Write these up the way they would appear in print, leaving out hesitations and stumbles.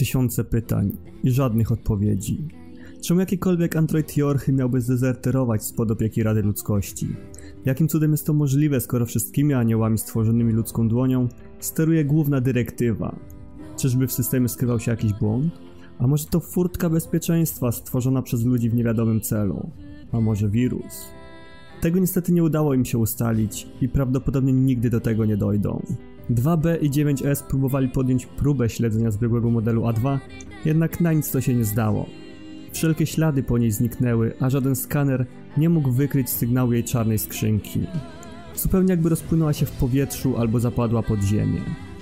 tysiące pytań i żadnych odpowiedzi. Czemu jakikolwiek android Jorchy miałby zdezerterować spod opieki Rady Ludzkości? Jakim cudem jest to możliwe, skoro wszystkimi aniołami stworzonymi ludzką dłonią steruje główna dyrektywa? Czyżby w systemie skrywał się jakiś błąd? A może to furtka bezpieczeństwa stworzona przez ludzi w niewiadomym celu? A może wirus? Tego niestety nie udało im się ustalić i prawdopodobnie nigdy do tego nie dojdą. 2B i 9S próbowali podjąć próbę śledzenia zbiegłego modelu A2, jednak na nic to się nie zdało. Wszelkie ślady po niej zniknęły, a żaden skaner nie mógł wykryć sygnału jej czarnej skrzynki. Zupełnie jakby rozpłynęła się w powietrzu albo zapadła pod ziemię.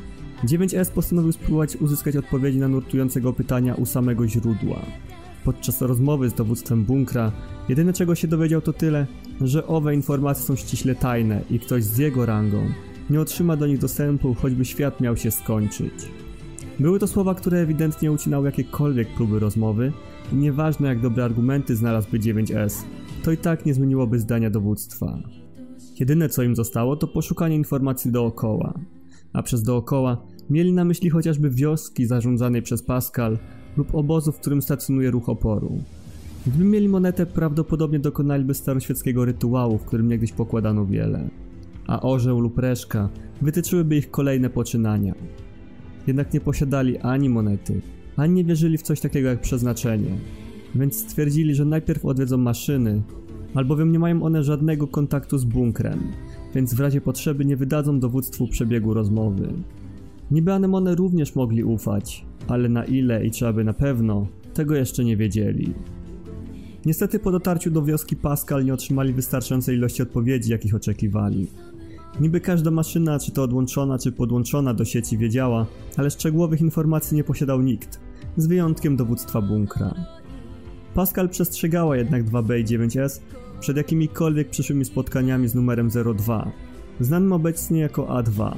9S postanowił spróbować uzyskać odpowiedzi na nurtującego pytania u samego źródła. Podczas rozmowy z dowództwem bunkra, jedyne czego się dowiedział to tyle, że owe informacje są ściśle tajne i ktoś z jego rangą nie otrzyma do nich dostępu, choćby świat miał się skończyć. Były to słowa, które ewidentnie ucinały jakiekolwiek próby rozmowy i nieważne jak dobre argumenty znalazłby 9S, to i tak nie zmieniłoby zdania dowództwa. Jedyne co im zostało to poszukanie informacji dookoła, a przez dookoła mieli na myśli chociażby wioski zarządzanej przez Pascal lub obozu, w którym stacjonuje ruch oporu. Gdyby mieli monetę, prawdopodobnie dokonaliby staroświeckiego rytuału, w którym niegdyś pokładano wiele, a orzeł lub reszka wytyczyłyby ich kolejne poczynania. Jednak nie posiadali ani monety, ani nie wierzyli w coś takiego jak przeznaczenie, więc stwierdzili, że najpierw odwiedzą maszyny, albowiem nie mają one żadnego kontaktu z bunkrem, więc w razie potrzeby nie wydadzą dowództwu przebiegu rozmowy. Niby anemone również mogli ufać, ale na ile i czy aby na pewno, tego jeszcze nie wiedzieli. Niestety po dotarciu do wioski Pascal nie otrzymali wystarczającej ilości odpowiedzi, jakich oczekiwali. Niby każda maszyna, czy to odłączona, czy podłączona do sieci wiedziała, ale szczegółowych informacji nie posiadał nikt, z wyjątkiem dowództwa bunkra. Pascal przestrzegała jednak 2B i 9S przed jakimikolwiek przyszłymi spotkaniami z numerem 02, znanym obecnie jako A2.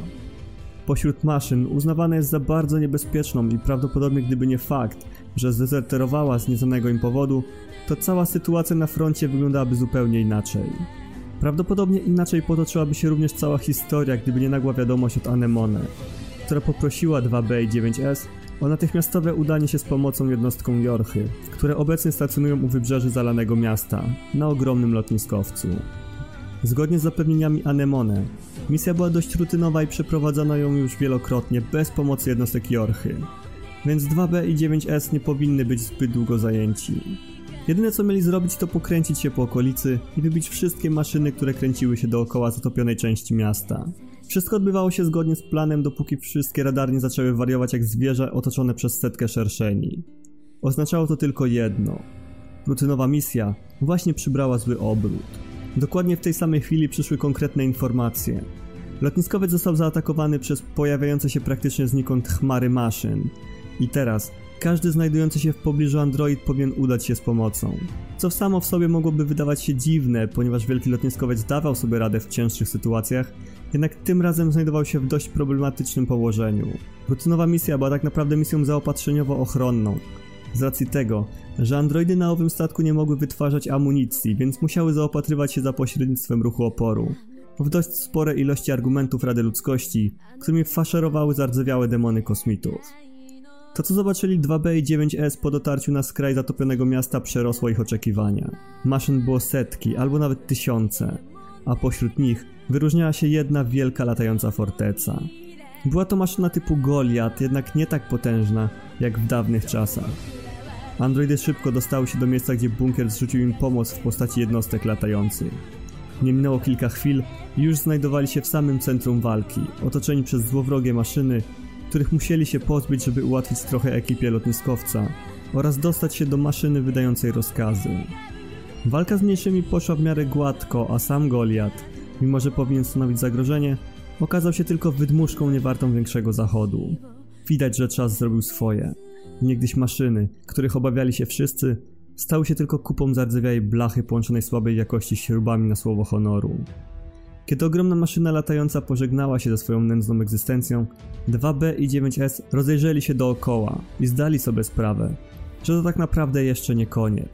Pośród maszyn uznawana jest za bardzo niebezpieczną i prawdopodobnie gdyby nie fakt, że zdezerterowała z nieznanego im powodu, to cała sytuacja na froncie wyglądałaby zupełnie inaczej. Prawdopodobnie inaczej potoczyłaby się również cała historia, gdyby nie nagła wiadomość od Anemone, która poprosiła 2B i 9S o natychmiastowe udanie się z pomocą jednostkom Jorchy, które obecnie stacjonują u wybrzeży zalanego miasta, na ogromnym lotniskowcu. Zgodnie z zapewnieniami Anemone, misja była dość rutynowa i przeprowadzono ją już wielokrotnie bez pomocy jednostek Jorchy, więc 2B i 9S nie powinny być zbyt długo zajęci. Jedyne co mieli zrobić to pokręcić się po okolicy i wybić wszystkie maszyny, które kręciły się dookoła zatopionej części miasta. Wszystko odbywało się zgodnie z planem, dopóki wszystkie radary nie zaczęły wariować jak zwierzę otoczone przez setkę szerszeni. Oznaczało to tylko jedno. Rutynowa misja właśnie przybrała zły obrót. Dokładnie w tej samej chwili przyszły konkretne informacje. Lotniskowiec został zaatakowany przez pojawiające się praktycznie znikąd chmary maszyn. I teraz każdy znajdujący się w pobliżu android powinien udać się z pomocą. Co samo w sobie mogłoby wydawać się dziwne, ponieważ wielki lotniskowiec dawał sobie radę w cięższych sytuacjach, jednak tym razem znajdował się w dość problematycznym położeniu. Rutynowa misja była tak naprawdę misją zaopatrzeniowo-ochronną. Z racji tego, że androidy na owym statku nie mogły wytwarzać amunicji, więc musiały zaopatrywać się za pośrednictwem ruchu oporu w dość spore ilości argumentów Rady Ludzkości, którymi faszerowały zardzewiałe demony kosmitów. To co zobaczyli 2B i 9S po dotarciu na skraj zatopionego miasta przerosło ich oczekiwania. Maszyn było setki albo nawet tysiące, a pośród nich wyróżniała się jedna wielka latająca forteca. Była to maszyna typu Goliat, jednak nie tak potężna jak w dawnych czasach. Androidy szybko dostały się do miejsca, gdzie bunkier zrzucił im pomoc w postaci jednostek latających. Nie minęło kilka chwil i już znajdowali się w samym centrum walki, otoczeni przez złowrogie maszyny, których musieli się pozbyć, żeby ułatwić trochę ekipie lotniskowca oraz dostać się do maszyny wydającej rozkazy. Walka z mniejszymi poszła w miarę gładko, a sam Goliat, mimo że powinien stanowić zagrożenie, okazał się tylko wydmuszką niewartą większego zachodu. Widać, że czas zrobił swoje. Niegdyś maszyny, których obawiali się wszyscy, stały się tylko kupą zardzewiałej blachy połączonej słabej jakości śrubami na słowo honoru. Kiedy ogromna maszyna latająca pożegnała się ze swoją nędzną egzystencją, 2B i 9S rozejrzeli się dookoła i zdali sobie sprawę, że to tak naprawdę jeszcze nie koniec.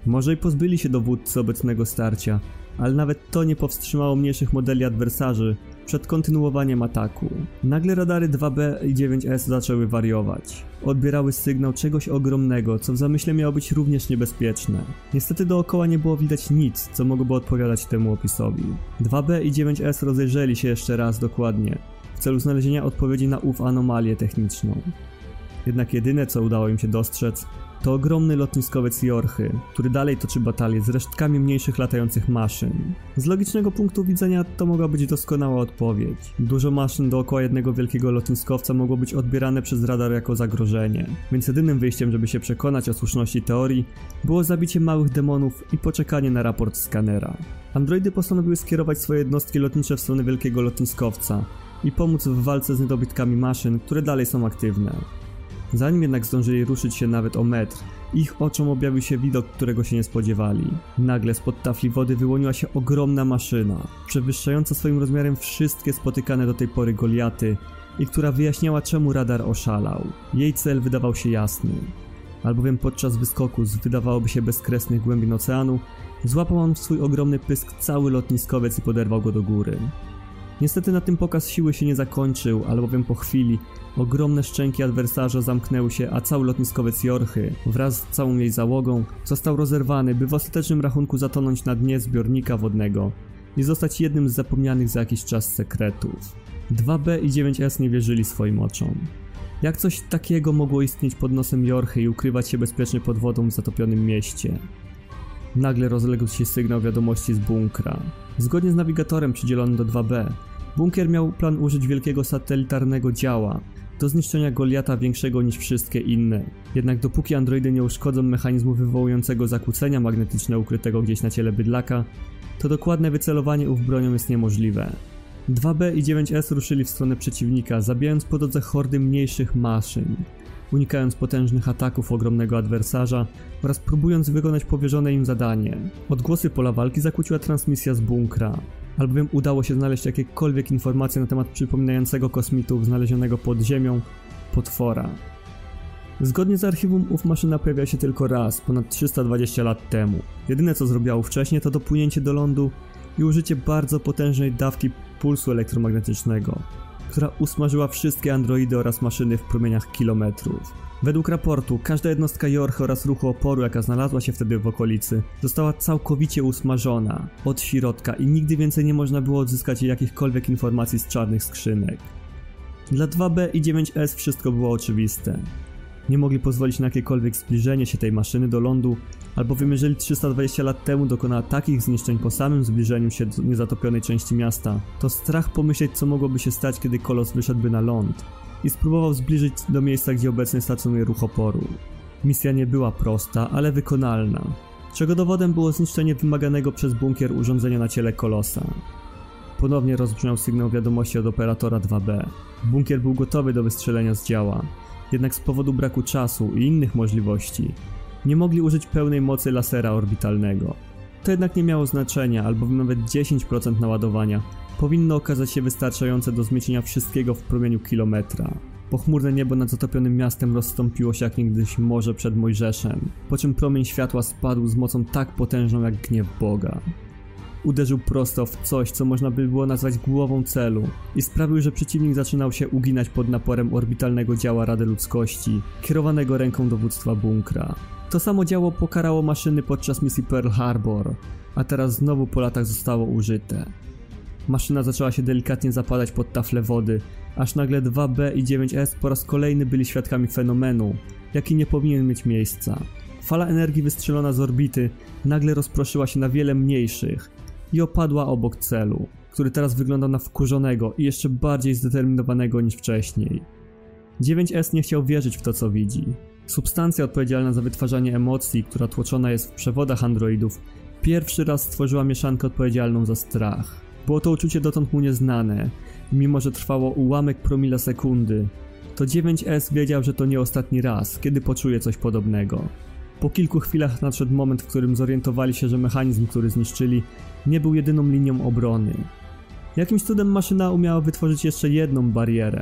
Może i pozbyli się dowódcy obecnego starcia, ale nawet to nie powstrzymało mniejszych modeli adwersarzy przed kontynuowaniem ataku. Nagle radary 2B i 9S zaczęły wariować. Odbierały sygnał czegoś ogromnego, co w zamyśle miało być również niebezpieczne. Niestety dookoła nie było widać nic, co mogłoby odpowiadać temu opisowi. 2B i 9S rozejrzeli się jeszcze raz dokładnie, w celu znalezienia odpowiedzi na ów anomalię techniczną. Jednak jedyne, co udało im się dostrzec, to ogromny lotniskowiec Jorchy, który dalej toczy batalię z resztkami mniejszych latających maszyn. Z logicznego punktu widzenia to mogła być doskonała odpowiedź. Dużo maszyn dookoła jednego wielkiego lotniskowca mogło być odbierane przez radar jako zagrożenie, więc jedynym wyjściem, żeby się przekonać o słuszności teorii, było zabicie małych demonów i poczekanie na raport skanera. Androidy postanowiły skierować swoje jednostki lotnicze w stronę wielkiego lotniskowca i pomóc w walce z niedobytkami maszyn, które dalej są aktywne. Zanim jednak zdążyli ruszyć się nawet o metr, ich oczom objawił się widok, którego się nie spodziewali. Nagle spod tafli wody wyłoniła się ogromna maszyna, przewyższająca swoim rozmiarem wszystkie spotykane do tej pory Goliaty i która wyjaśniała, czemu radar oszalał. Jej cel wydawał się jasny, albowiem podczas wyskoku z wydawałoby się bezkresnych głębin oceanu złapał on w swój ogromny pysk cały lotniskowiec i poderwał go do góry. Niestety na tym pokaz siły się nie zakończył, albowiem po chwili ogromne szczęki adwersarza zamknęły się, a cały lotniskowiec Jorchy wraz z całą jej załogą został rozerwany, by w ostatecznym rachunku zatonąć na dnie zbiornika wodnego i zostać jednym z zapomnianych za jakiś czas sekretów. 2B i 9S nie wierzyli swoim oczom. Jak coś takiego mogło istnieć pod nosem Jorchy i ukrywać się bezpiecznie pod wodą w zatopionym mieście? Nagle rozległ się sygnał wiadomości z bunkra. Zgodnie z nawigatorem przydzielonym do 2B, bunkier miał plan użyć wielkiego satelitarnego działa do zniszczenia Goliata większego niż wszystkie inne. Jednak dopóki androidy nie uszkodzą mechanizmu wywołującego zakłócenia magnetyczne ukrytego gdzieś na ciele bydlaka, to dokładne wycelowanie ów bronią jest niemożliwe. 2B i 9S ruszyli w stronę przeciwnika, zabijając po drodze hordy mniejszych maszyn, unikając potężnych ataków ogromnego adwersarza oraz próbując wykonać powierzone im zadanie. Odgłosy pola walki zakłóciła transmisja z bunkra, albowiem udało się znaleźć jakiekolwiek informacje na temat przypominającego kosmitów znalezionego pod ziemią potwora. Zgodnie z archiwum ów maszyna pojawiła się tylko raz, ponad 320 lat temu. Jedyne co zrobiła ówcześnie to dopłynięcie do lądu i użycie bardzo potężnej dawki pulsu elektromagnetycznego, która usmażyła wszystkie androidy oraz maszyny w promieniach kilometrów. Według raportu, każda jednostka Jorchy oraz ruchu oporu, jaka znalazła się wtedy w okolicy, została całkowicie usmażona od środka i nigdy więcej nie można było odzyskać jakichkolwiek informacji z czarnych skrzynek. Dla 2B i 9S wszystko było oczywiste. Nie mogli pozwolić na jakiekolwiek zbliżenie się tej maszyny do lądu, albowiem jeżeli 320 lat temu dokonała takich zniszczeń po samym zbliżeniu się do niezatopionej części miasta, to strach pomyśleć, co mogłoby się stać, kiedy kolos wyszedłby na ląd i spróbował zbliżyć do miejsca, gdzie obecnie stacjonuje ruch oporu. Misja nie była prosta, ale wykonalna, czego dowodem było zniszczenie wymaganego przez bunkier urządzenia na ciele kolosa. Ponownie rozbrzmiał sygnał wiadomości od operatora 2B. Bunkier był gotowy do wystrzelenia z działa, jednak z powodu braku czasu i innych możliwości nie mogli użyć pełnej mocy lasera orbitalnego. To jednak nie miało znaczenia, albowiem nawet 10% naładowania powinno okazać się wystarczające do zmiecienia wszystkiego w promieniu kilometra. Pochmurne niebo nad zatopionym miastem rozstąpiło się jak niegdyś morze przed Mojżeszem, po czym promień światła spadł z mocą tak potężną jak gniew Boga. Uderzył prosto w coś, co można by było nazwać głową celu i sprawił, że przeciwnik zaczynał się uginać pod naporem orbitalnego działa Rady Ludzkości, kierowanego ręką dowództwa bunkra. To samo działo pokarało maszyny podczas misji Pearl Harbor, a teraz znowu po latach zostało użyte. Maszyna zaczęła się delikatnie zapadać pod taflę wody, aż nagle 2B i 9S po raz kolejny byli świadkami fenomenu, jaki nie powinien mieć miejsca. Fala energii wystrzelona z orbity nagle rozproszyła się na wiele mniejszych i opadła obok celu, który teraz wyglądał na wkurzonego i jeszcze bardziej zdeterminowanego niż wcześniej. 9S nie chciał wierzyć w to, co widzi. Substancja odpowiedzialna za wytwarzanie emocji, która tłoczona jest w przewodach androidów, pierwszy raz stworzyła mieszankę odpowiedzialną za strach. Było to uczucie dotąd mu nieznane, mimo że trwało ułamek promila sekundy, to 9S wiedział, że to nie ostatni raz, kiedy poczuje coś podobnego. Po kilku chwilach nadszedł moment, w którym zorientowali się, że mechanizm, który zniszczyli, nie był jedyną linią obrony. Jakimś cudem maszyna umiała wytworzyć jeszcze jedną barierę,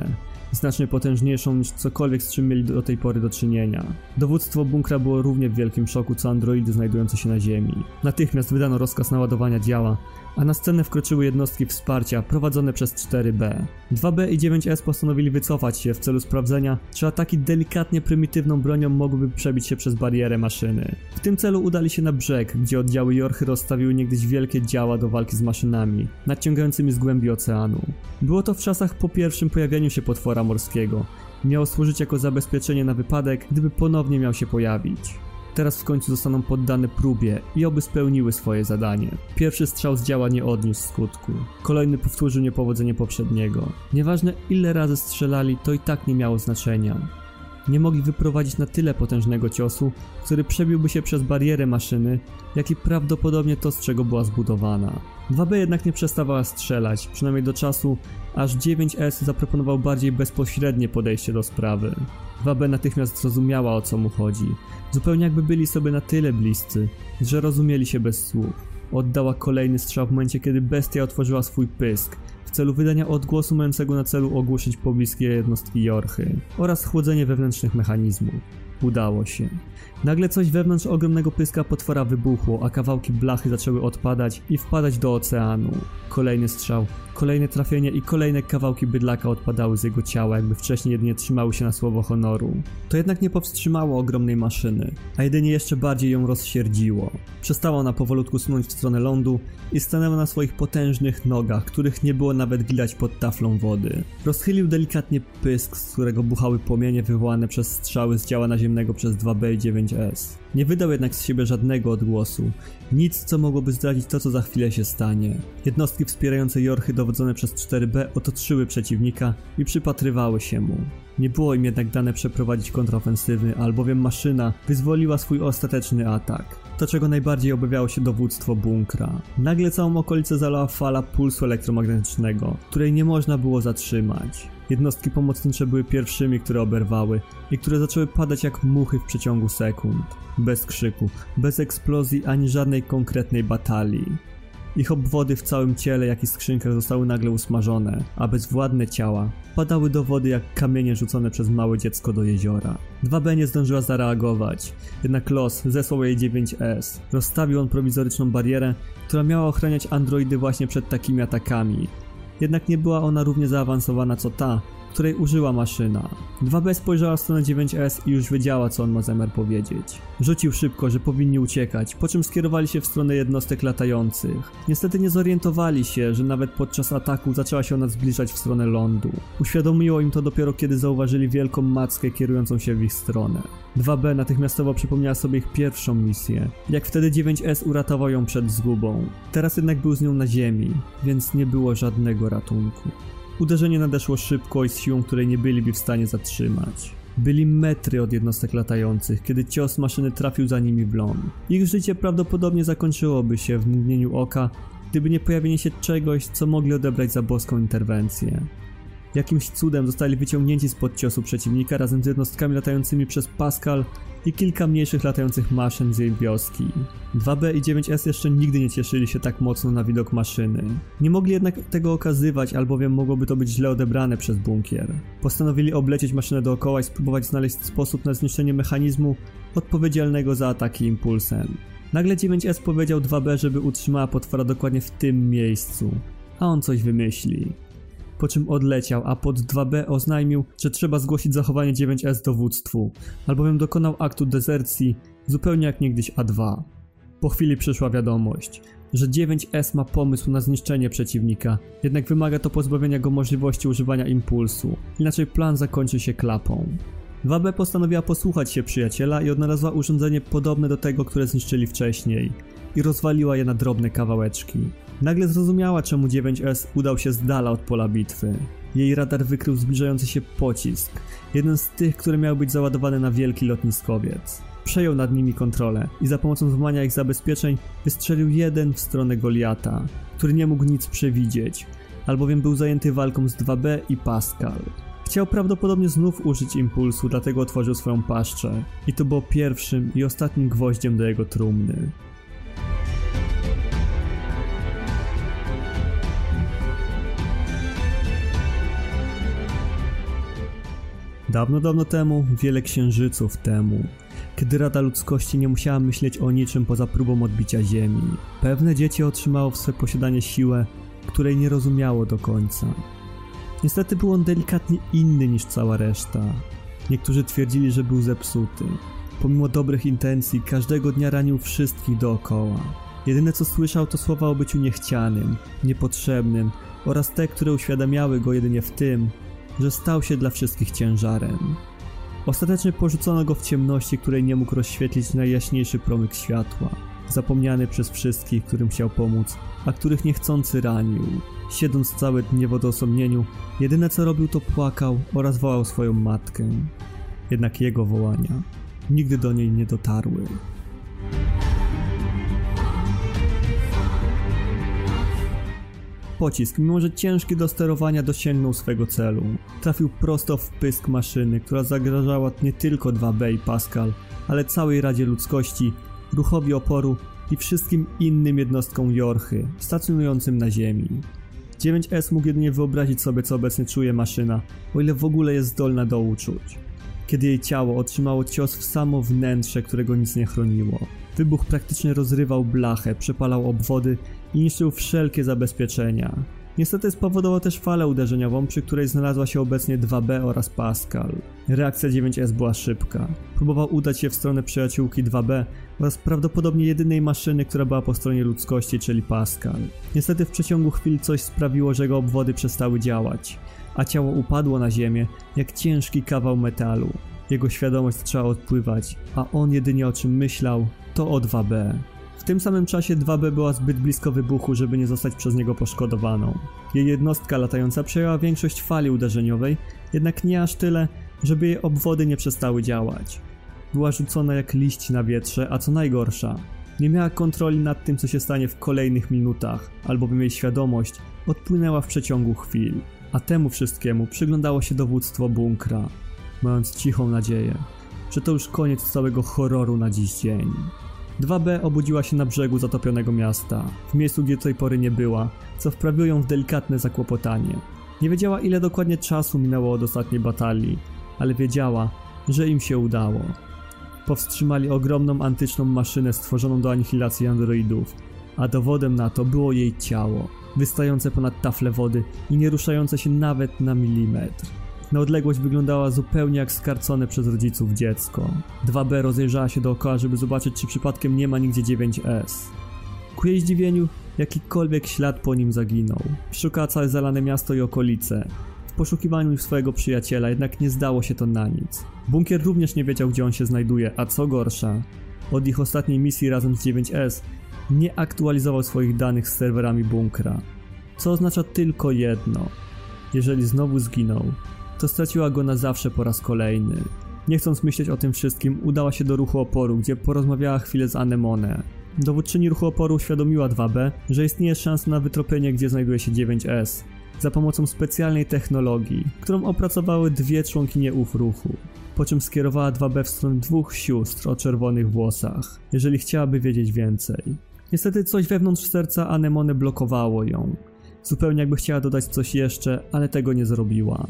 znacznie potężniejszą niż cokolwiek, z czym mieli do tej pory do czynienia. Dowództwo bunkra było równie w wielkim szoku co androidy znajdujące się na ziemi. Natychmiast wydano rozkaz naładowania działa, a na scenę wkroczyły jednostki wsparcia prowadzone przez 4B. 2B i 9S postanowili wycofać się w celu sprawdzenia, czy ataki delikatnie prymitywną bronią mogłyby przebić się przez barierę maszyny. W tym celu udali się na brzeg, gdzie oddziały Jorchy rozstawiły niegdyś wielkie działa do walki z maszynami, nadciągającymi z głębi oceanu. Było to w czasach po pierwszym pojawieniu się potwora morskiego. Miało służyć jako zabezpieczenie na wypadek, gdyby ponownie miał się pojawić. Teraz w końcu zostaną poddane próbie i oby spełniły swoje zadanie. Pierwszy strzał z działa nie odniósł skutku. Kolejny powtórzył niepowodzenie poprzedniego. Nieważne ile razy strzelali, to i tak nie miało znaczenia. Nie mogli wyprowadzić na tyle potężnego ciosu, który przebiłby się przez barierę maszyny, jak i prawdopodobnie to, z czego była zbudowana. 2B jednak nie przestawała strzelać, przynajmniej do czasu, aż 9S zaproponował bardziej bezpośrednie podejście do sprawy. 2B natychmiast zrozumiała, o co mu chodzi. Zupełnie jakby byli sobie na tyle bliscy, że rozumieli się bez słów. Oddała kolejny strzał w momencie, kiedy bestia otworzyła swój pysk, w celu wydania odgłosu mającego na celu ogłuszyć pobliskie jednostki Jorchy oraz chłodzenie wewnętrznych mechanizmów. Udało się. Nagle coś wewnątrz ogromnego pyska potwora wybuchło, a kawałki blachy zaczęły odpadać i wpadać do oceanu. Kolejny strzał, kolejne trafienie i kolejne kawałki bydlaka odpadały z jego ciała, jakby wcześniej jedynie trzymały się na słowo honoru. To jednak nie powstrzymało ogromnej maszyny, a jedynie jeszcze bardziej ją rozsierdziło. Przestała ona powolutku sunąć w stronę lądu i stanęła na swoich potężnych nogach, których nie było nawet widać pod taflą wody. Rozchylił delikatnie pysk, z którego buchały płomienie wywołane przez strzały z działa naziemnego przez 2B i 9S. Nie wydał jednak z siebie żadnego odgłosu. Nic, co mogłoby zdradzić to, co za chwilę się stanie. Jednostki wspierające Jorchy dowodzone przez 4B otoczyły przeciwnika i przypatrywały się mu. Nie było im jednak dane przeprowadzić kontrofensywy, albowiem maszyna wyzwoliła swój ostateczny atak. To, czego najbardziej obawiało się dowództwo bunkra. Nagle całą okolicę zalała fala pulsu elektromagnetycznego, której nie można było zatrzymać. Jednostki pomocnicze były pierwszymi, które oberwały i które zaczęły padać jak muchy w przeciągu sekund. Bez krzyku, bez eksplozji ani żadnej konkretnej batalii. Ich obwody w całym ciele, jak i skrzynkach zostały nagle usmażone, a bezwładne ciała padały do wody jak kamienie rzucone przez małe dziecko do jeziora. 2B nie zdążyła zareagować, jednak los zesłał jej 9S. Rozstawił on prowizoryczną barierę, która miała ochraniać androidy właśnie przed takimi atakami. Jednak nie była ona równie zaawansowana co ta, której użyła maszyna. 2B spojrzała w stronę 9S i już wiedziała, co on ma zamiar powiedzieć. Rzucił szybko, że powinni uciekać, po czym skierowali się w stronę jednostek latających. Niestety nie zorientowali się, że nawet podczas ataku zaczęła się ona zbliżać w stronę lądu. Uświadomiło im to dopiero, kiedy zauważyli wielką mackę kierującą się w ich stronę. 2B natychmiastowo przypomniała sobie ich pierwszą misję, jak wtedy 9S uratował ją przed zgubą. Teraz jednak był z nią na ziemi, więc nie było żadnego ratunku. Uderzenie nadeszło szybko i z siłą, której nie byliby w stanie zatrzymać. Byli metry od jednostek latających, kiedy cios maszyny trafił za nimi w ląd. Ich życie prawdopodobnie zakończyłoby się w mgnieniu oka, gdyby nie pojawienie się czegoś, co mogli odebrać za boską interwencję. Jakimś cudem zostali wyciągnięci spod ciosu przeciwnika razem z jednostkami latającymi przez Pascal i kilka mniejszych latających maszyn z jej wioski. 2B i 9S jeszcze nigdy nie cieszyli się tak mocno na widok maszyny. Nie mogli jednak tego okazywać, albowiem mogłoby to być źle odebrane przez bunkier. Postanowili oblecieć maszynę dookoła i spróbować znaleźć sposób na zniszczenie mechanizmu odpowiedzialnego za ataki impulsem. Nagle 9S powiedział 2B, żeby utrzymała potwora dokładnie w tym miejscu, a on coś wymyśli. Po czym odleciał, a pod 2B oznajmił, że trzeba zgłosić zachowanie 9S dowództwu, albowiem dokonał aktu dezercji, zupełnie jak niegdyś A2. Po chwili przyszła wiadomość, że 9S ma pomysł na zniszczenie przeciwnika, jednak wymaga to pozbawienia go możliwości używania impulsu, inaczej plan zakończy się klapą. 2B postanowiła posłuchać się przyjaciela i odnalazła urządzenie podobne do tego, które zniszczyli wcześniej i rozwaliła je na drobne kawałeczki. Nagle zrozumiała, czemu 9S udał się z dala od pola bitwy. Jej radar wykrył zbliżający się pocisk, jeden z tych, które miały być załadowane na wielki lotniskowiec. Przejął nad nimi kontrolę i za pomocą złamania ich zabezpieczeń wystrzelił jeden w stronę Goliata, który nie mógł nic przewidzieć, albowiem był zajęty walką z 2B i Pascal. Chciał prawdopodobnie znów użyć impulsu, dlatego otworzył swoją paszczę i to było pierwszym i ostatnim gwoździem do jego trumny. Dawno, dawno temu, wiele księżyców temu, kiedy Rada Ludzkości nie musiała myśleć o niczym poza próbą odbicia Ziemi, pewne dziecię otrzymało w swe posiadanie siłę, której nie rozumiało do końca. Niestety był on delikatnie inny niż cała reszta. Niektórzy twierdzili, że był zepsuty. Pomimo dobrych intencji, każdego dnia ranił wszystkich dookoła. Jedyne co słyszał to słowa o byciu niechcianym, niepotrzebnym oraz te, które uświadamiały go jedynie w tym, że stał się dla wszystkich ciężarem. Ostatecznie porzucono go w ciemności, której nie mógł rozświetlić najjaśniejszy promyk światła. Zapomniany przez wszystkich, którym chciał pomóc, a których niechcący ranił. Siedząc całe dnie w odosobnieniu, jedyne co robił to płakał oraz wołał swoją matkę. Jednak jego wołania nigdy do niej nie dotarły. Pocisk, mimo że ciężki do sterowania, dosięgnął swego celu. Trafił prosto w pysk maszyny, która zagrażała nie tylko 2B i Pascal, ale całej Radzie Ludzkości, ruchowi oporu i wszystkim innym jednostkom Jorchy, stacjonującym na Ziemi. 9S mógł jedynie wyobrazić sobie, co obecnie czuje maszyna, o ile w ogóle jest zdolna do uczuć. Kiedy jej ciało otrzymało cios w samo wnętrze, którego nic nie chroniło. Wybuch praktycznie rozrywał blachę, przepalał obwody i niszczył wszelkie zabezpieczenia. Niestety spowodował też falę uderzeniową, przy której znalazła się obecnie 2B oraz Pascal. Reakcja 9S była szybka. Próbował udać się w stronę przyjaciółki 2B oraz prawdopodobnie jedynej maszyny, która była po stronie ludzkości, czyli Pascal. Niestety w przeciągu chwil coś sprawiło, że jego obwody przestały działać, a ciało upadło na ziemię jak ciężki kawał metalu. Jego świadomość zaczęła odpływać, a on jedynie o czym myślał, to o 2B. W tym samym czasie 2B była zbyt blisko wybuchu, żeby nie zostać przez niego poszkodowaną. Jej jednostka latająca przejęła większość fali uderzeniowej, jednak nie aż tyle, żeby jej obwody nie przestały działać. Była rzucona jak liść na wietrze, a co najgorsza, nie miała kontroli nad tym, co się stanie w kolejnych minutach, albowiem jej świadomość odpłynęła w przeciągu chwil. A temu wszystkiemu przyglądało się dowództwo bunkra, mając cichą nadzieję, że to już koniec całego horroru na dziś dzień. 2B obudziła się na brzegu zatopionego miasta, w miejscu, gdzie do tej pory nie była, co wprawiło ją w delikatne zakłopotanie. Nie wiedziała, ile dokładnie czasu minęło od ostatniej batalii, ale wiedziała, że im się udało. Powstrzymali ogromną antyczną maszynę stworzoną do anihilacji androidów, a dowodem na to było jej ciało, wystające ponad taflę wody i nie ruszające się nawet na milimetr. Na odległość wyglądała zupełnie jak skarcone przez rodziców dziecko. 2B rozejrzała się dookoła, żeby zobaczyć, czy przypadkiem nie ma nigdzie 9S. Ku jej zdziwieniu, jakikolwiek ślad po nim zaginął. Szukała całe zalane miasto i okolice, w poszukiwaniu swojego przyjaciela, jednak nie zdało się to na nic. Bunkier również nie wiedział, gdzie on się znajduje, a co gorsza, od ich ostatniej misji razem z 9S nie aktualizował swoich danych z serwerami bunkra. Co oznacza tylko jedno. Jeżeli znowu zginął, to straciła go na zawsze po raz kolejny. Nie chcąc myśleć o tym wszystkim, udała się do ruchu oporu, gdzie porozmawiała chwilę z Anemone. Dowódczyni ruchu oporu uświadomiła 2B, że istnieje szansa na wytropienie, gdzie znajduje się 9S, za pomocą specjalnej technologii, którą opracowały dwie członkinie ów ruchu, po czym skierowała 2B w stronę dwóch sióstr o czerwonych włosach, jeżeli chciałaby wiedzieć więcej. Niestety coś wewnątrz serca Anemone blokowało ją, zupełnie jakby chciała dodać coś jeszcze, ale tego nie zrobiła.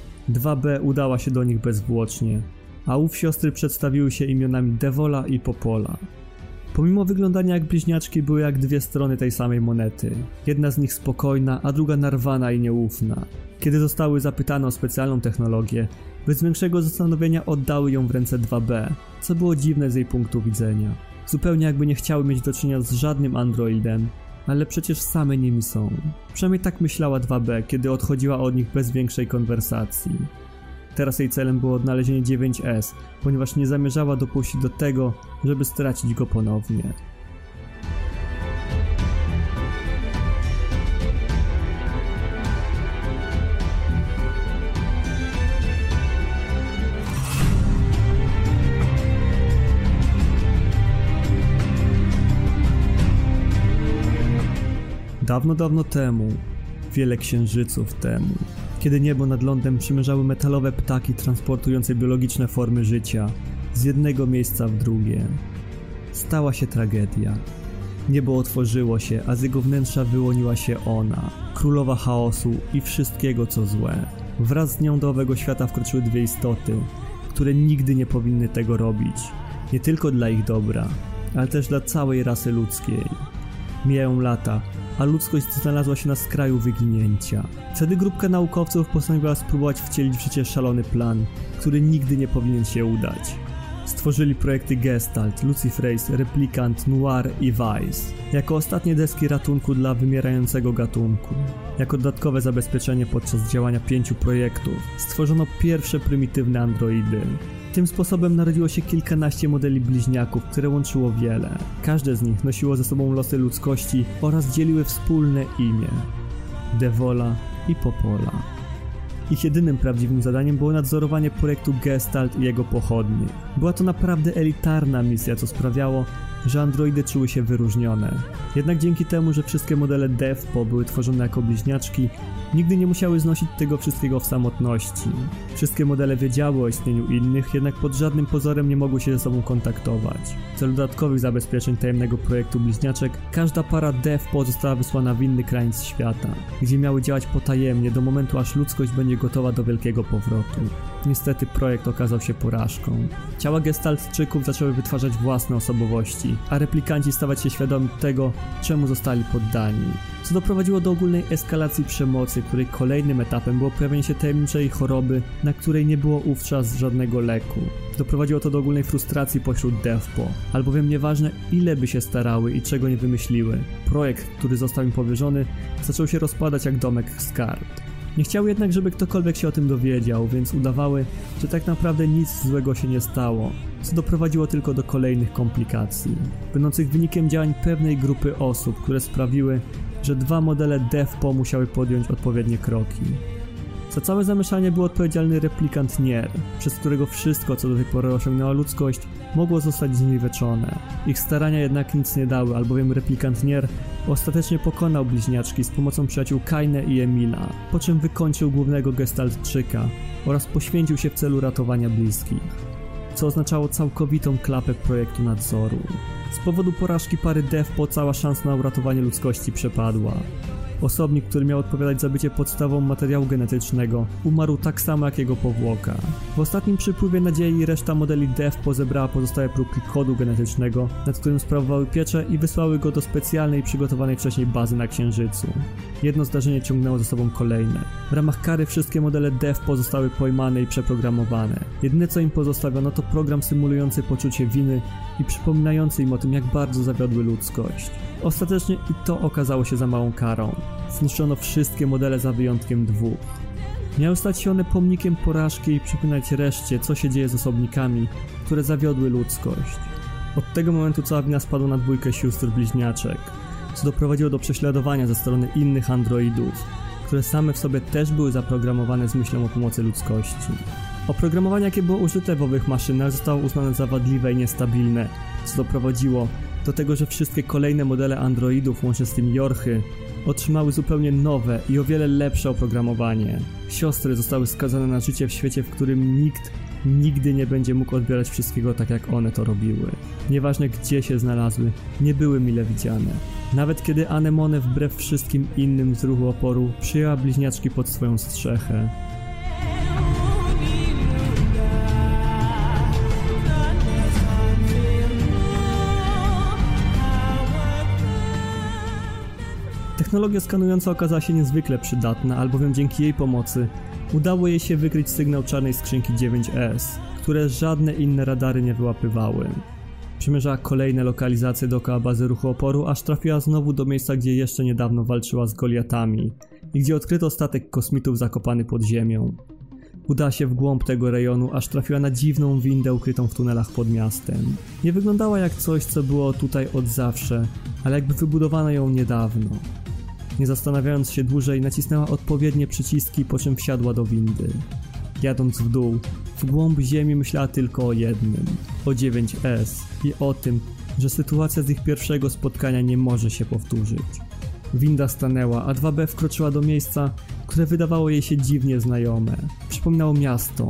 2B udała się do nich bezwłocznie, a ów siostry przedstawiły się imionami Devola i Popola. Pomimo wyglądania jak bliźniaczki, były jak dwie strony tej samej monety. Jedna z nich spokojna, a druga narwana i nieufna. Kiedy zostały zapytane o specjalną technologię, bez większego zastanowienia oddały ją w ręce 2B, co było dziwne z jej punktu widzenia. Zupełnie jakby nie chciały mieć do czynienia z żadnym androidem, ale przecież same nimi są. Przynajmniej tak myślała 2B, kiedy odchodziła od nich bez większej konwersacji. Teraz jej celem było odnalezienie 9S, ponieważ nie zamierzała dopuścić do tego, żeby stracić go ponownie. Dawno, dawno temu, wiele księżyców temu, kiedy niebo nad lądem przymierzały metalowe ptaki transportujące biologiczne formy życia z jednego miejsca w drugie, stała się tragedia. Niebo otworzyło się, a z jego wnętrza wyłoniła się ona, królowa chaosu i wszystkiego co złe. Wraz z nią do owego świata wkroczyły dwie istoty, które nigdy nie powinny tego robić. Nie tylko dla ich dobra, ale też dla całej rasy ludzkiej. Mijają lata, a ludzkość znalazła się na skraju wyginięcia. Wtedy grupka naukowców postanowiła spróbować wcielić w życie szalony plan, który nigdy nie powinien się udać. Stworzyli projekty Gestalt, Lucifer, Replikant, Noir i Vice jako ostatnie deski ratunku dla wymierającego gatunku. Jako dodatkowe zabezpieczenie podczas działania 5 projektów stworzono pierwsze prymitywne androidy. Tym sposobem narodziło się kilkanaście modeli bliźniaków, które łączyło wiele. Każde z nich nosiło ze sobą losy ludzkości oraz dzieliły wspólne imię – Devola i Popola. Ich jedynym prawdziwym zadaniem było nadzorowanie projektu Gestalt i jego pochodni. Była to naprawdę elitarna misja, co sprawiało, że androidy czuły się wyróżnione. Jednak dzięki temu, że wszystkie modele DevPo były tworzone jako bliźniaczki, nigdy nie musiały znosić tego wszystkiego w samotności. Wszystkie modele wiedziały o istnieniu innych, jednak pod żadnym pozorem nie mogły się ze sobą kontaktować. W celu dodatkowych zabezpieczeń tajemnego projektu bliźniaczek, każda para DevPo została wysłana w inny kraniec świata, gdzie miały działać potajemnie do momentu, aż ludzkość będzie gotowa do wielkiego powrotu. Niestety projekt okazał się porażką. Ciała gestaltczyków zaczęły wytwarzać własne osobowości, a replikanci stawać się świadomi tego, czemu zostali poddani. Co doprowadziło do ogólnej eskalacji przemocy, której kolejnym etapem było pojawienie się tajemniczej choroby, na której nie było wówczas żadnego leku. Doprowadziło to do ogólnej frustracji pośród DevPo, albowiem nieważne ile by się starały i czego nie wymyśliły, projekt, który został im powierzony, zaczął się rozpadać jak domek z kart. Nie chciały jednak, żeby ktokolwiek się o tym dowiedział, więc udawały, że tak naprawdę nic złego się nie stało, co doprowadziło tylko do kolejnych komplikacji, będących wynikiem działań pewnej grupy osób, które sprawiły, że 2 modele DevPo musiały podjąć odpowiednie kroki. Za całe zamieszanie był odpowiedzialny replikant Nier, przez którego wszystko, co do tej pory osiągnęła ludzkość, mogło zostać zniweczone. Ich starania jednak nic nie dały, albowiem replikant Nier ostatecznie pokonał bliźniaczki z pomocą przyjaciół Kaine i Emila, po czym wykończył głównego gestaltczyka oraz poświęcił się w celu ratowania bliskich, co oznaczało całkowitą klapę projektu nadzoru. Z powodu porażki pary DevPo cała szansa na uratowanie ludzkości przepadła. Osobnik, który miał odpowiadać za bycie podstawą materiału genetycznego, umarł tak samo jak jego powłoka. W ostatnim przypływie nadziei reszta modeli DevPo zebrała pozostałe próbki kodu genetycznego, nad którym sprawowały pieczę i wysłały go do specjalnej, przygotowanej wcześniej bazy na Księżycu. Jedno zdarzenie ciągnęło za sobą kolejne. W ramach kary wszystkie modele DevPo zostały pojmane i przeprogramowane. Jedyne co im pozostawiono to program symulujący poczucie winy i przypominający im o tym, jak bardzo zawiodły ludzkość. Ostatecznie i to okazało się za małą karą. Zniszczono wszystkie modele za wyjątkiem 2. Miały stać się one pomnikiem porażki i przypominać reszcie, co się dzieje z osobnikami, które zawiodły ludzkość. Od tego momentu cała wina spadła na 2 sióstr bliźniaczek, co doprowadziło do prześladowania ze strony innych androidów, które same w sobie też były zaprogramowane z myślą o pomocy ludzkości. Oprogramowanie, jakie było użyte w owych maszynach, zostało uznane za wadliwe i niestabilne, co doprowadziło do tego, że wszystkie kolejne modele androidów, łącznie z tym Jorchy, otrzymały zupełnie nowe i o wiele lepsze oprogramowanie. Siostry zostały skazane na życie w świecie, w którym nikt nigdy nie będzie mógł odbierać wszystkiego tak, jak one to robiły. Nieważne gdzie się znalazły, nie były mile widziane. Nawet kiedy Anemone wbrew wszystkim innym z ruchu oporu przyjęła bliźniaczki pod swoją strzechę. Technologia skanująca okazała się niezwykle przydatna, albowiem dzięki jej pomocy udało jej się wykryć sygnał czarnej skrzynki 9S, które żadne inne radary nie wyłapywały. Przemierzała kolejne lokalizacje dookoła bazy ruchu oporu, aż trafiła znowu do miejsca, gdzie jeszcze niedawno walczyła z Goliatami i gdzie odkryto statek kosmitów zakopany pod ziemią. Udała się w głąb tego rejonu, aż trafiła na dziwną windę ukrytą w tunelach pod miastem. Nie wyglądała jak coś, co było tutaj od zawsze, ale jakby wybudowano ją niedawno. Nie zastanawiając się dłużej, nacisnęła odpowiednie przyciski, po czym wsiadła do windy. Jadąc w dół, w głąb ziemi myślała tylko o jednym, o 9S i o tym, że sytuacja z ich pierwszego spotkania nie może się powtórzyć. Winda stanęła, a 2B wkroczyła do miejsca, które wydawało jej się dziwnie znajome. Przypominało miasto,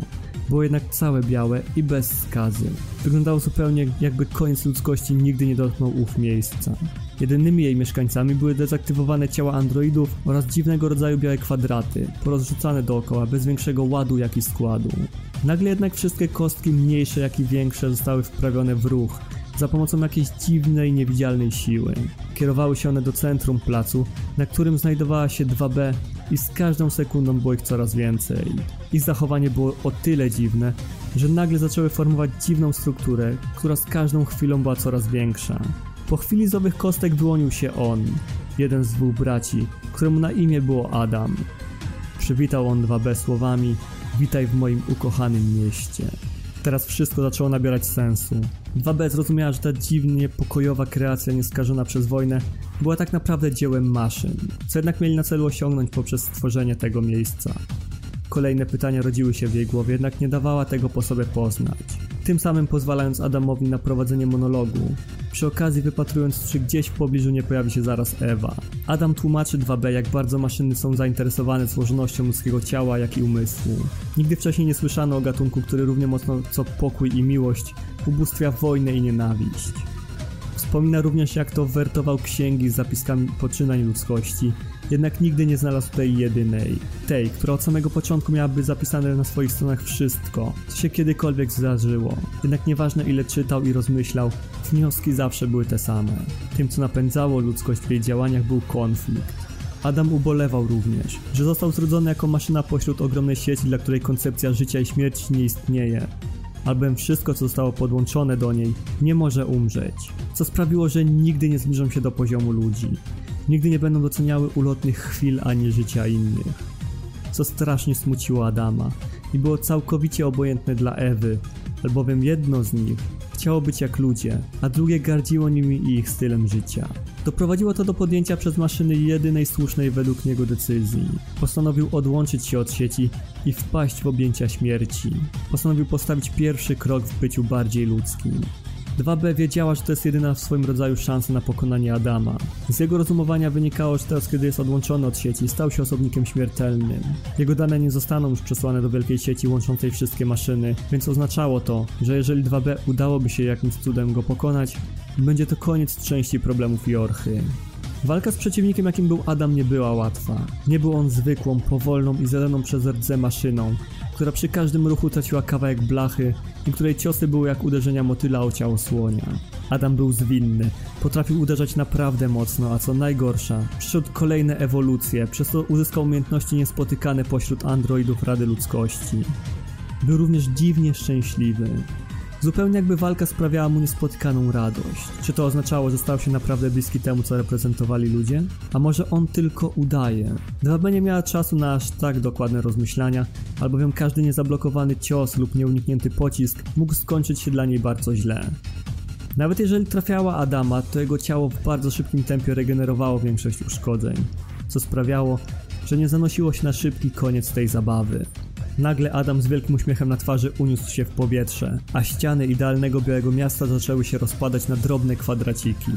Było jednak całe białe i bez skazy. Wyglądało zupełnie jakby koniec ludzkości nigdy nie dotknął ów miejsca. Jedynymi jej mieszkańcami były dezaktywowane ciała androidów oraz dziwnego rodzaju białe kwadraty, porozrzucane dookoła bez większego ładu jak i składu. Nagle jednak wszystkie kostki mniejsze jak i większe zostały wprawione w ruch za pomocą jakiejś dziwnej, niewidzialnej siły. Kierowały się one do centrum placu, na którym znajdowała się 2B i z każdą sekundą było ich coraz więcej. Ich zachowanie było o tyle dziwne, że nagle zaczęły formować dziwną strukturę, która z każdą chwilą była coraz większa. Po chwili z owych kostek wyłonił się on, jeden z 2 braci, któremu na imię było Adam. Przywitał on 2B słowami: witaj w moim ukochanym mieście. Teraz wszystko zaczęło nabierać sensu. 2B zrozumiała, że ta dziwnie pokojowa kreacja nieskażona przez wojnę była tak naprawdę dziełem maszyn, co jednak mieli na celu osiągnąć poprzez stworzenie tego miejsca. Kolejne pytania rodziły się w jej głowie, jednak nie dawała tego po sobie poznać. Tym samym pozwalając Adamowi na prowadzenie monologu, przy okazji wypatrując, czy gdzieś w pobliżu nie pojawi się zaraz Ewa. Adam tłumaczy 2B, jak bardzo maszyny są zainteresowane złożonością ludzkiego ciała, jak i umysłu. Nigdy wcześniej nie słyszano o gatunku, który równie mocno co pokój i miłość ubóstwia wojnę i nienawiść. Wspomina również, jak to wertował księgi z zapiskami poczynań ludzkości, jednak nigdy nie znalazł tej jedynej. Tej, która od samego początku miałaby zapisane na swoich stronach wszystko, co się kiedykolwiek zdarzyło. Jednak nieważne ile czytał i rozmyślał, wnioski zawsze były te same. Tym, co napędzało ludzkość w jej działaniach, był konflikt. Adam ubolewał również, że został zrodzony jako maszyna pośród ogromnej sieci, dla której koncepcja życia i śmierci nie istnieje, albowiem wszystko, co zostało podłączone do niej, nie może umrzeć, co sprawiło, że nigdy nie zbliżą się do poziomu ludzi. Nigdy nie będą doceniały ulotnych chwil ani życia innych. Co strasznie smuciło Adama i było całkowicie obojętne dla Ewy, albowiem jedno z nich chciało być jak ludzie, a drugie gardziło nimi i ich stylem życia. Doprowadziło to do podjęcia przez maszyny jedynej słusznej według niego decyzji. Postanowił odłączyć się od sieci i wpaść w objęcia śmierci. Postanowił postawić pierwszy krok w byciu bardziej ludzkim. 2B wiedziała, że to jest jedyna w swoim rodzaju szansa na pokonanie Adama. Z jego rozumowania wynikało, że teraz, kiedy jest odłączony od sieci, stał się osobnikiem śmiertelnym. Jego dane nie zostaną już przesłane do wielkiej sieci łączącej wszystkie maszyny, więc oznaczało to, że jeżeli 2B udałoby się jakimś cudem go pokonać, będzie to koniec części problemów Jorchy. Walka z przeciwnikiem, jakim był Adam, nie była łatwa. Nie był on zwykłą, powolną i zeleną przez rdze maszyną, która przy każdym ruchu traciła kawałek blachy i której ciosy były jak uderzenia motyla o ciało słonia. Adam był zwinny, potrafił uderzać naprawdę mocno, a co najgorsza, przeszedł kolejne ewolucje, przez co uzyskał umiejętności niespotykane pośród androidów Rady Ludzkości. Był również dziwnie szczęśliwy. Zupełnie jakby walka sprawiała mu niespotykaną radość. Czy to oznaczało, że stał się naprawdę bliski temu, co reprezentowali ludzie? A może on tylko udaje? 2B nie miała czasu na aż tak dokładne rozmyślania, albowiem każdy niezablokowany cios lub nieuniknięty pocisk mógł skończyć się dla niej bardzo źle. Nawet jeżeli trafiała Adama, to jego ciało w bardzo szybkim tempie regenerowało większość uszkodzeń, co sprawiało, że nie zanosiło się na szybki koniec tej zabawy. Nagle Adam z wielkim uśmiechem na twarzy uniósł się w powietrze, a ściany idealnego białego miasta zaczęły się rozpadać na drobne kwadraciki.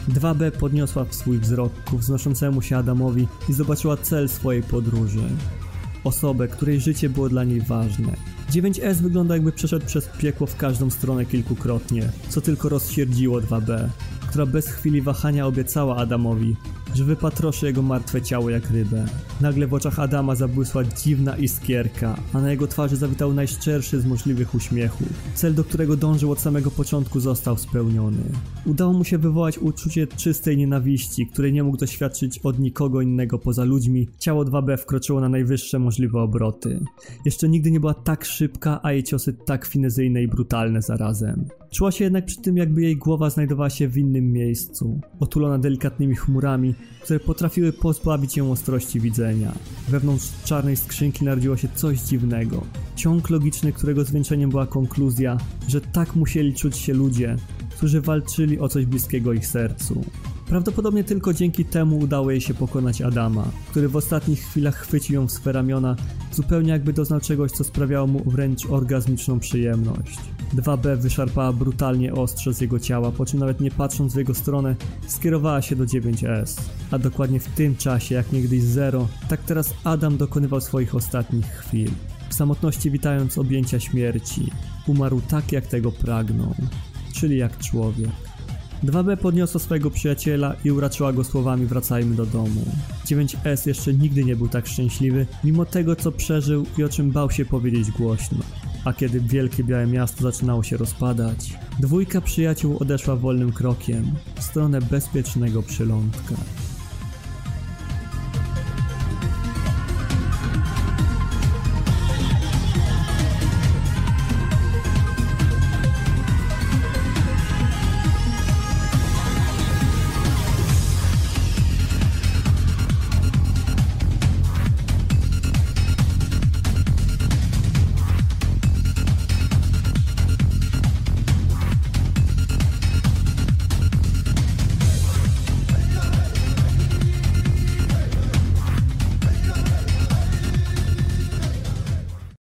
2B podniosła swój wzrok ku wznoszącemu się Adamowi i zobaczyła cel swojej podróży. Osobę, której życie było dla niej ważne. 9S wygląda, jakby przeszedł przez piekło w każdą stronę kilkukrotnie, co tylko rozsierdziło 2B, która bez chwili wahania obiecała Adamowi, że wypatroszy jego martwe ciało jak rybę. Nagle w oczach Adama zabłysła dziwna iskierka, a na jego twarzy zawitał najszczerszy z możliwych uśmiechów. Cel, do którego dążył od samego początku, został spełniony. Udało mu się wywołać uczucie czystej nienawiści, której nie mógł doświadczyć od nikogo innego poza ludźmi. Ciało 2B wkroczyło na najwyższe możliwe obroty. Jeszcze nigdy nie była tak szybka, a jej ciosy tak finezyjne i brutalne zarazem. Czuła się jednak przy tym, jakby jej głowa znajdowała się w innym miejscu, otulona delikatnymi chmurami, które potrafiły pozbawić ją ostrości widzenia. Wewnątrz czarnej skrzynki narodziło się coś dziwnego. Ciąg logiczny, którego zwieńczeniem była konkluzja, że tak musieli czuć się ludzie, którzy walczyli o coś bliskiego ich sercu. Prawdopodobnie tylko dzięki temu udało jej się pokonać Adama, który w ostatnich chwilach chwycił ją w swe ramiona, zupełnie jakby doznał czegoś, co sprawiało mu wręcz orgazmiczną przyjemność. 2B wyszarpała brutalnie ostrze z jego ciała, po czym nawet nie patrząc w jego stronę, skierowała się do 9S. A dokładnie w tym czasie, jak niegdyś Zero, tak teraz Adam dokonywał swoich ostatnich chwil. w samotności witając objęcia śmierci. Umarł tak, jak tego pragnął, czyli jak człowiek. 2B podniosła swojego przyjaciela i uraczyła go słowami wracajmy do domu. 9S jeszcze nigdy nie był tak szczęśliwy, mimo tego co przeżył i o czym bał się powiedzieć głośno. A kiedy wielkie białe miasto zaczynało się rozpadać, 2 przyjaciół odeszła wolnym krokiem w stronę bezpiecznego przylądka.